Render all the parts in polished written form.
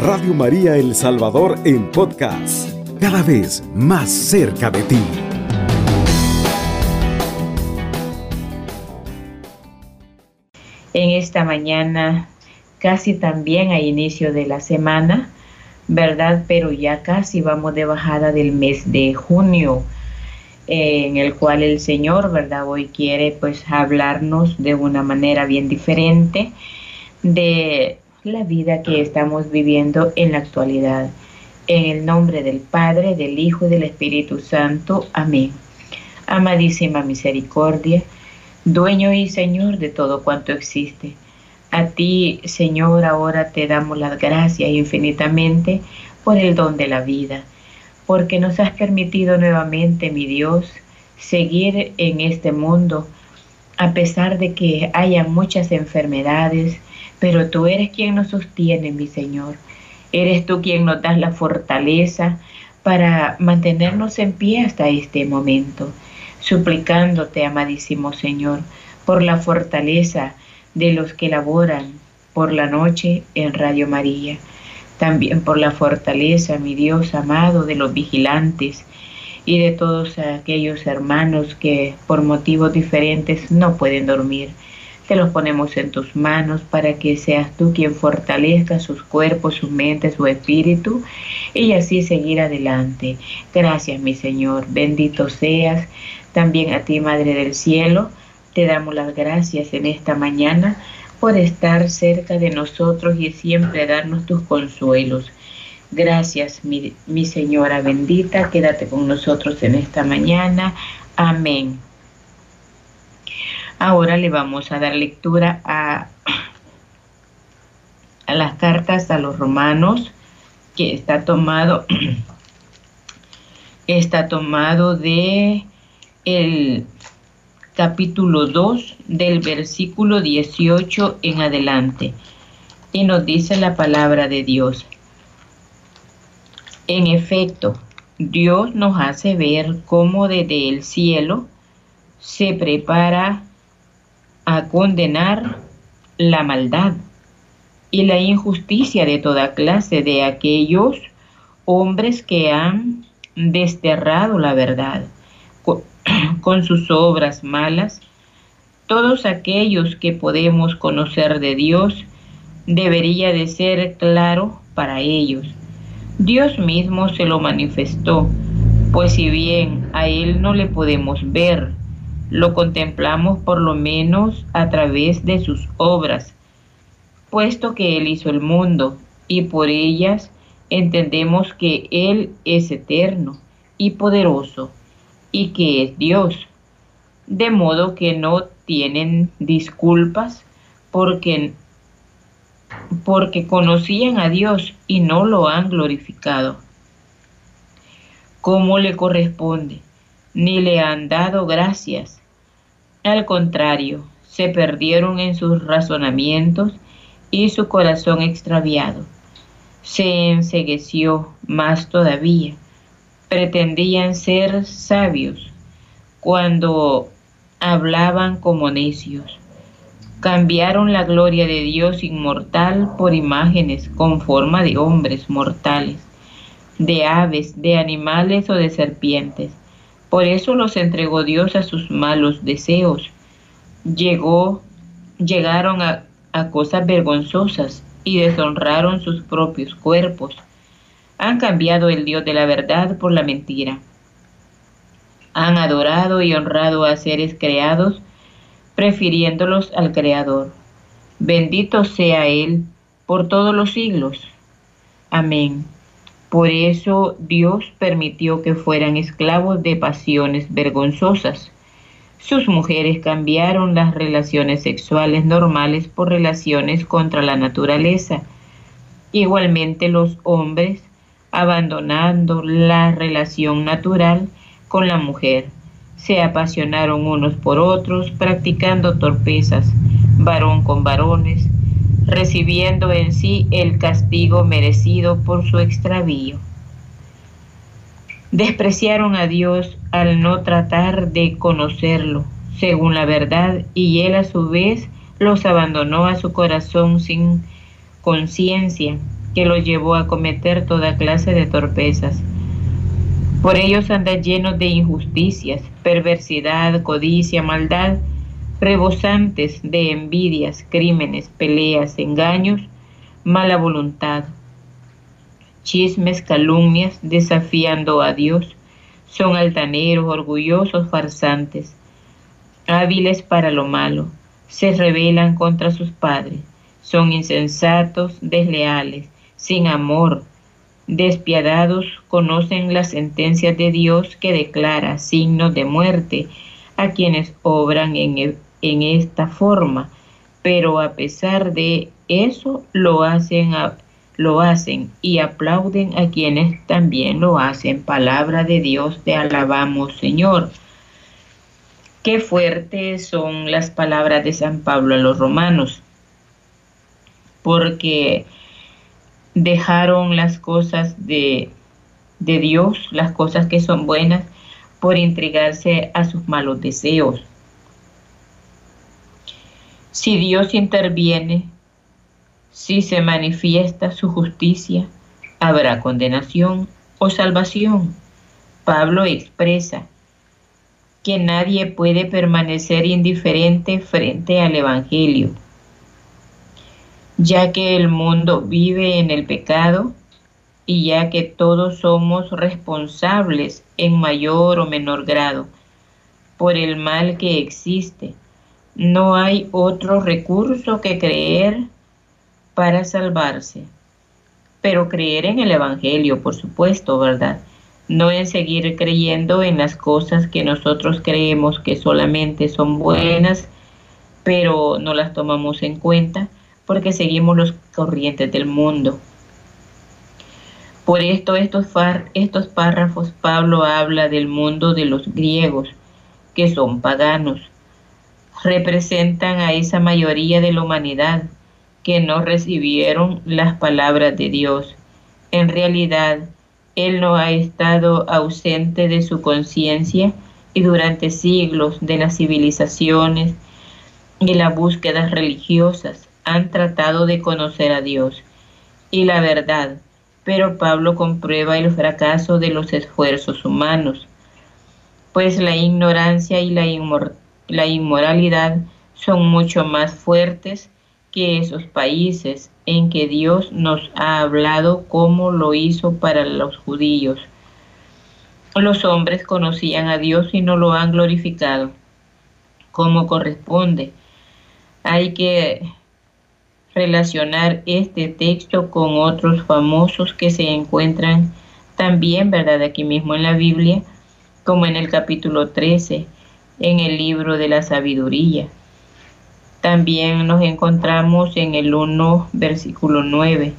Radio María El Salvador en podcast, cada vez más cerca de ti. En esta mañana, casi también a inicio de la semana, ¿verdad? Pero ya casi vamos de bajada del mes de junio, en el cual el Señor, ¿verdad? Hoy quiere pues hablarnos de una manera bien diferente de la vida que estamos viviendo en la actualidad. En el nombre del Padre, del Hijo y del Espíritu Santo. Amén. Amadísima misericordia, Dueño y Señor de todo cuanto existe. A ti, Señor, ahora te damos las gracias infinitamente por el don de la vida, porque nos has permitido nuevamente, mi Dios, seguir en este mundo, a pesar de que haya muchas enfermedades, pero tú eres quien nos sostiene, mi Señor. Eres tú quien nos das la fortaleza para mantenernos en pie hasta este momento, suplicándote, amadísimo Señor, por la fortaleza de los que laboran por la noche en Radio María, también por la fortaleza, mi Dios amado, de los vigilantes y de todos aquellos hermanos que por motivos diferentes no pueden dormir. Te los ponemos en tus manos para que seas tú quien fortalezca sus cuerpos, su mente, su espíritu y así seguir adelante. Gracias, mi Señor. Bendito seas. También a ti, Madre del Cielo, te damos las gracias en esta mañana por estar cerca de nosotros y siempre darnos tus consuelos. Gracias, mi Señora bendita. Quédate con nosotros en esta mañana. Amén. Ahora le vamos a dar lectura a las cartas a los romanos, que está tomado de el capítulo 2 del versículo 18 en adelante. Y nos dice la palabra de Dios. En efecto, Dios nos hace ver cómo desde el cielo se prepara a condenar la maldad y la injusticia de toda clase de aquellos hombres que han desterrado la verdad con sus obras malas. Todos aquellos que podemos conocer de Dios debería de ser claro para ellos. Dios mismo se lo manifestó, pues si bien a Él no le podemos ver, lo contemplamos por lo menos a través de sus obras, puesto que Él hizo el mundo y por ellas entendemos que Él es eterno y poderoso y que es Dios, de modo que no tienen disculpas porque conocían a Dios y no lo han glorificado como le corresponde, ni le han dado gracias. Al contrario, se perdieron en sus razonamientos y su corazón extraviado se encegueció más todavía. Pretendían ser sabios cuando hablaban como necios. Cambiaron la gloria de Dios inmortal por imágenes con forma de hombres mortales, de aves, de animales o de serpientes. Por eso los entregó Dios a sus malos deseos. Llegaron a cosas vergonzosas y deshonraron sus propios cuerpos. Han cambiado el Dios de la verdad por la mentira. Han adorado y honrado a seres creados, prefiriéndolos al Creador. Bendito sea Él por todos los siglos. Amén. Por eso Dios permitió que fueran esclavos de pasiones vergonzosas. Sus mujeres cambiaron las relaciones sexuales normales por relaciones contra la naturaleza. Igualmente los hombres, abandonando la relación natural con la mujer, se apasionaron unos por otros, practicando torpezas, varón con varones, recibiendo en sí el castigo merecido por su extravío. Despreciaron a Dios al no tratar de conocerlo según la verdad, y Él a su vez los abandonó a su corazón sin conciencia, que los llevó a cometer toda clase de torpezas. Por ellos andan llenos de injusticias, perversidad, codicia, maldad, rebosantes de envidias, crímenes, peleas, engaños, mala voluntad, chismes, calumnias, desafiando a Dios. Son altaneros, orgullosos, farsantes, hábiles para lo malo, se rebelan contra sus padres, son insensatos, desleales, sin amor, despiadados, conocen las sentencias de Dios que declara signos de muerte a quienes obran en esta forma, pero a pesar de eso lo hacen y aplauden a quienes también lo hacen. Palabra de Dios, te alabamos, Señor. Qué fuertes son las palabras de San Pablo a los romanos, porque dejaron las cosas de Dios, las cosas que son buenas, por intrigarse a sus malos deseos. Si Dios interviene, si se manifiesta su justicia, ¿habrá condenación o salvación? Pablo expresa que nadie puede permanecer indiferente frente al Evangelio, ya que el mundo vive en el pecado y ya que todos somos responsables en mayor o menor grado por el mal que existe. No hay otro recurso que creer para salvarse, pero creer en el Evangelio, por supuesto, ¿verdad? No en seguir creyendo en las cosas que nosotros creemos que solamente son buenas, pero no las tomamos en cuenta porque seguimos los corrientes del mundo. Por esto, estos párrafos, Pablo habla del mundo de los griegos, que son paganos. Representan a esa mayoría de la humanidad que no recibieron las palabras de Dios. En realidad, Él no ha estado ausente de su conciencia y durante siglos de las civilizaciones y las búsquedas religiosas han tratado de conocer a Dios y la verdad, pero Pablo comprueba el fracaso de los esfuerzos humanos, pues la ignorancia y la inmoralidad son mucho más fuertes que esos países en que Dios nos ha hablado como lo hizo para los judíos. Los hombres conocían a Dios y no lo han glorificado como corresponde. Hay que relacionar este texto con otros famosos que se encuentran también, ¿verdad?, aquí mismo en la Biblia, como en el capítulo 13, en el libro de la sabiduría. También nos encontramos en el 1, versículo 9,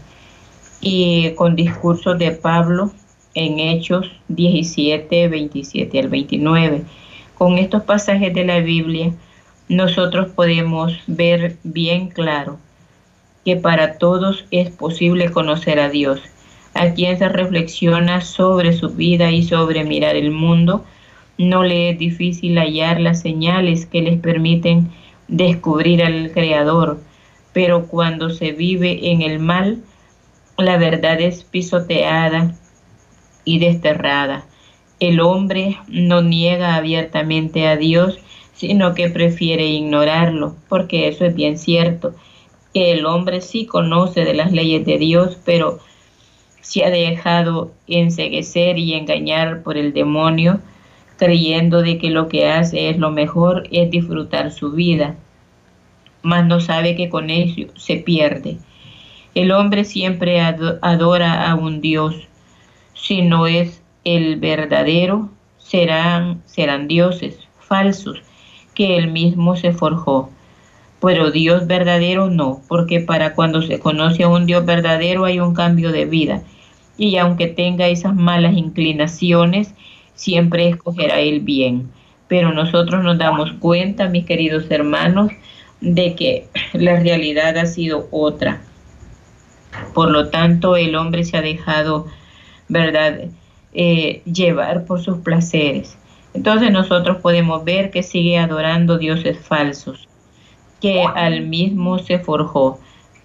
y con discursos de Pablo en Hechos 17, 27 al 29. Con estos pasajes de la Biblia, nosotros podemos ver bien claro que para todos es posible conocer a Dios. A quien se reflexiona sobre su vida y sobre mirar el mundo, no le es difícil hallar las señales que les permiten descubrir al Creador, pero cuando se vive en el mal, la verdad es pisoteada y desterrada. El hombre no niega abiertamente a Dios, sino que prefiere ignorarlo, porque eso es bien cierto, que el hombre sí conoce de las leyes de Dios, pero se ha dejado enceguecer y engañar por el demonio, creyendo de que lo que hace es lo mejor, es disfrutar su vida, mas no sabe que con ello se pierde. El hombre siempre adora a un Dios. Si no es el verdadero, serán dioses falsos que él mismo se forjó. Pero Dios verdadero no, porque para cuando se conoce a un Dios verdadero hay un cambio de vida. Y aunque tenga esas malas inclinaciones, siempre escogerá el bien. Pero nosotros nos damos cuenta, mis queridos hermanos, de que la realidad ha sido otra. Por lo tanto, el hombre se ha dejado, ¿verdad?, llevar por sus placeres. Entonces nosotros podemos ver que sigue adorando dioses falsos, que al mismo se forjó.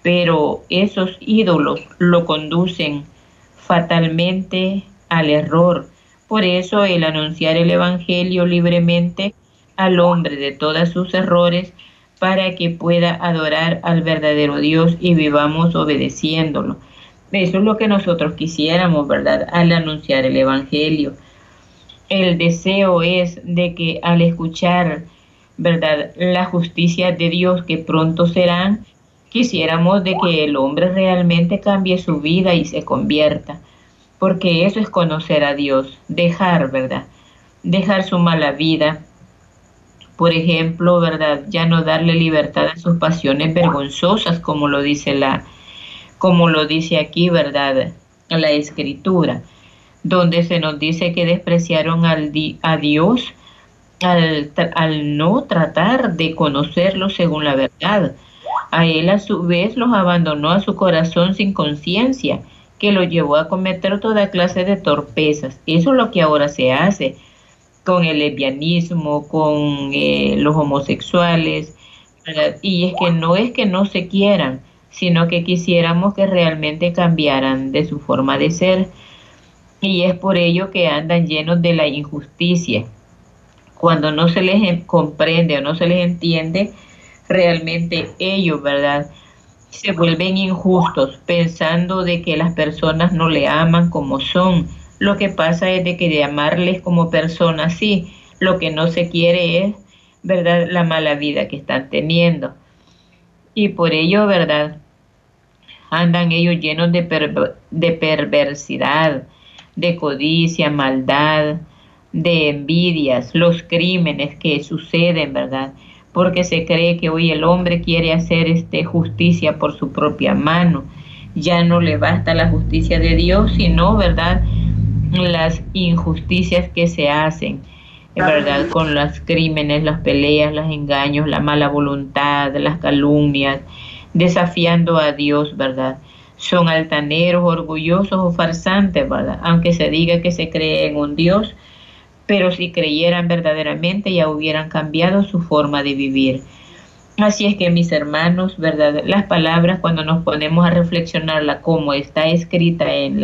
pero esos ídolos lo conducen fatalmente al error. Por eso el anunciar el Evangelio libremente al hombre de todos sus errores para que pueda adorar al verdadero Dios y vivamos obedeciéndolo. Eso es lo que nosotros quisiéramos, ¿verdad? Al anunciar el Evangelio. El deseo es de que al escuchar, ¿verdad?, la justicia de Dios que pronto serán, quisiéramos de que el hombre realmente cambie su vida y se convierta, porque eso es conocer a Dios, dejar, ¿verdad? Dejar su mala vida, por ejemplo, ¿verdad? Ya no darle libertad a sus pasiones vergonzosas, como lo dice aquí, ¿verdad? La Escritura, donde se nos dice que despreciaron a Dios al no tratar de conocerlo según la verdad. A él a su vez los abandonó a su corazón sin conciencia, que lo llevó a cometer toda clase de torpezas. Eso es lo que ahora se hace con el lesbianismo, con los homosexuales, ¿verdad? Y es que no se quieran, sino que quisiéramos que realmente cambiaran de su forma de ser. Y es por ello que andan llenos de la injusticia. Cuando no se les comprende o no se les entiende, realmente ellos, ¿verdad?, se vuelven injustos pensando de que las personas no le aman como son. Lo que pasa es de que de amarles como personas, sí, lo que no se quiere es, ¿verdad?, la mala vida que están teniendo. Y por ello, ¿verdad?, andan ellos llenos de perversidad, de codicia, maldad, de envidias, los crímenes que suceden, ¿verdad? Porque se cree que hoy el hombre quiere hacer justicia por su propia mano. Ya no le basta la justicia de Dios, sino, ¿verdad?, las injusticias que se hacen, ¿verdad?, con los crímenes, las peleas, los engaños, la mala voluntad, las calumnias, desafiando a Dios, ¿verdad? Son altaneros, orgullosos o farsantes, ¿verdad? Aunque se diga que se cree en un Dios, pero si creyeran verdaderamente ya hubieran cambiado su forma de vivir. Así es que, mis hermanos, ¿verdad?, las palabras, cuando nos ponemos a reflexionarla como está escrita en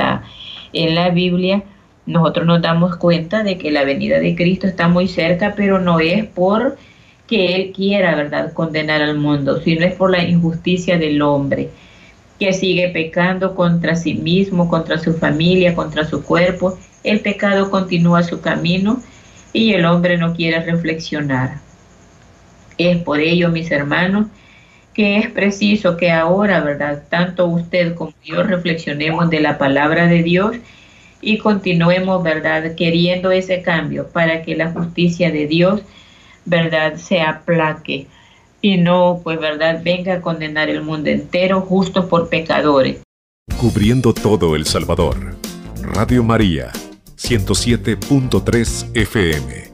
la Biblia, nosotros nos damos cuenta de que la venida de Cristo está muy cerca, pero no es por que Él quiera, ¿verdad?, condenar al mundo, sino es por la injusticia del hombre, que sigue pecando contra sí mismo, contra su familia, contra su cuerpo. El pecado continúa su camino y el hombre no quiere reflexionar. Es por ello, mis hermanos, que es preciso que ahora, ¿verdad?, tanto usted como yo reflexionemos de la palabra de Dios y continuemos, ¿verdad?, queriendo ese cambio para que la justicia de Dios, ¿verdad?, se aplaque y no, pues, ¿verdad?, venga a condenar el mundo entero justo por pecadores. Cubriendo todo El Salvador. Radio María, 107.3 FM.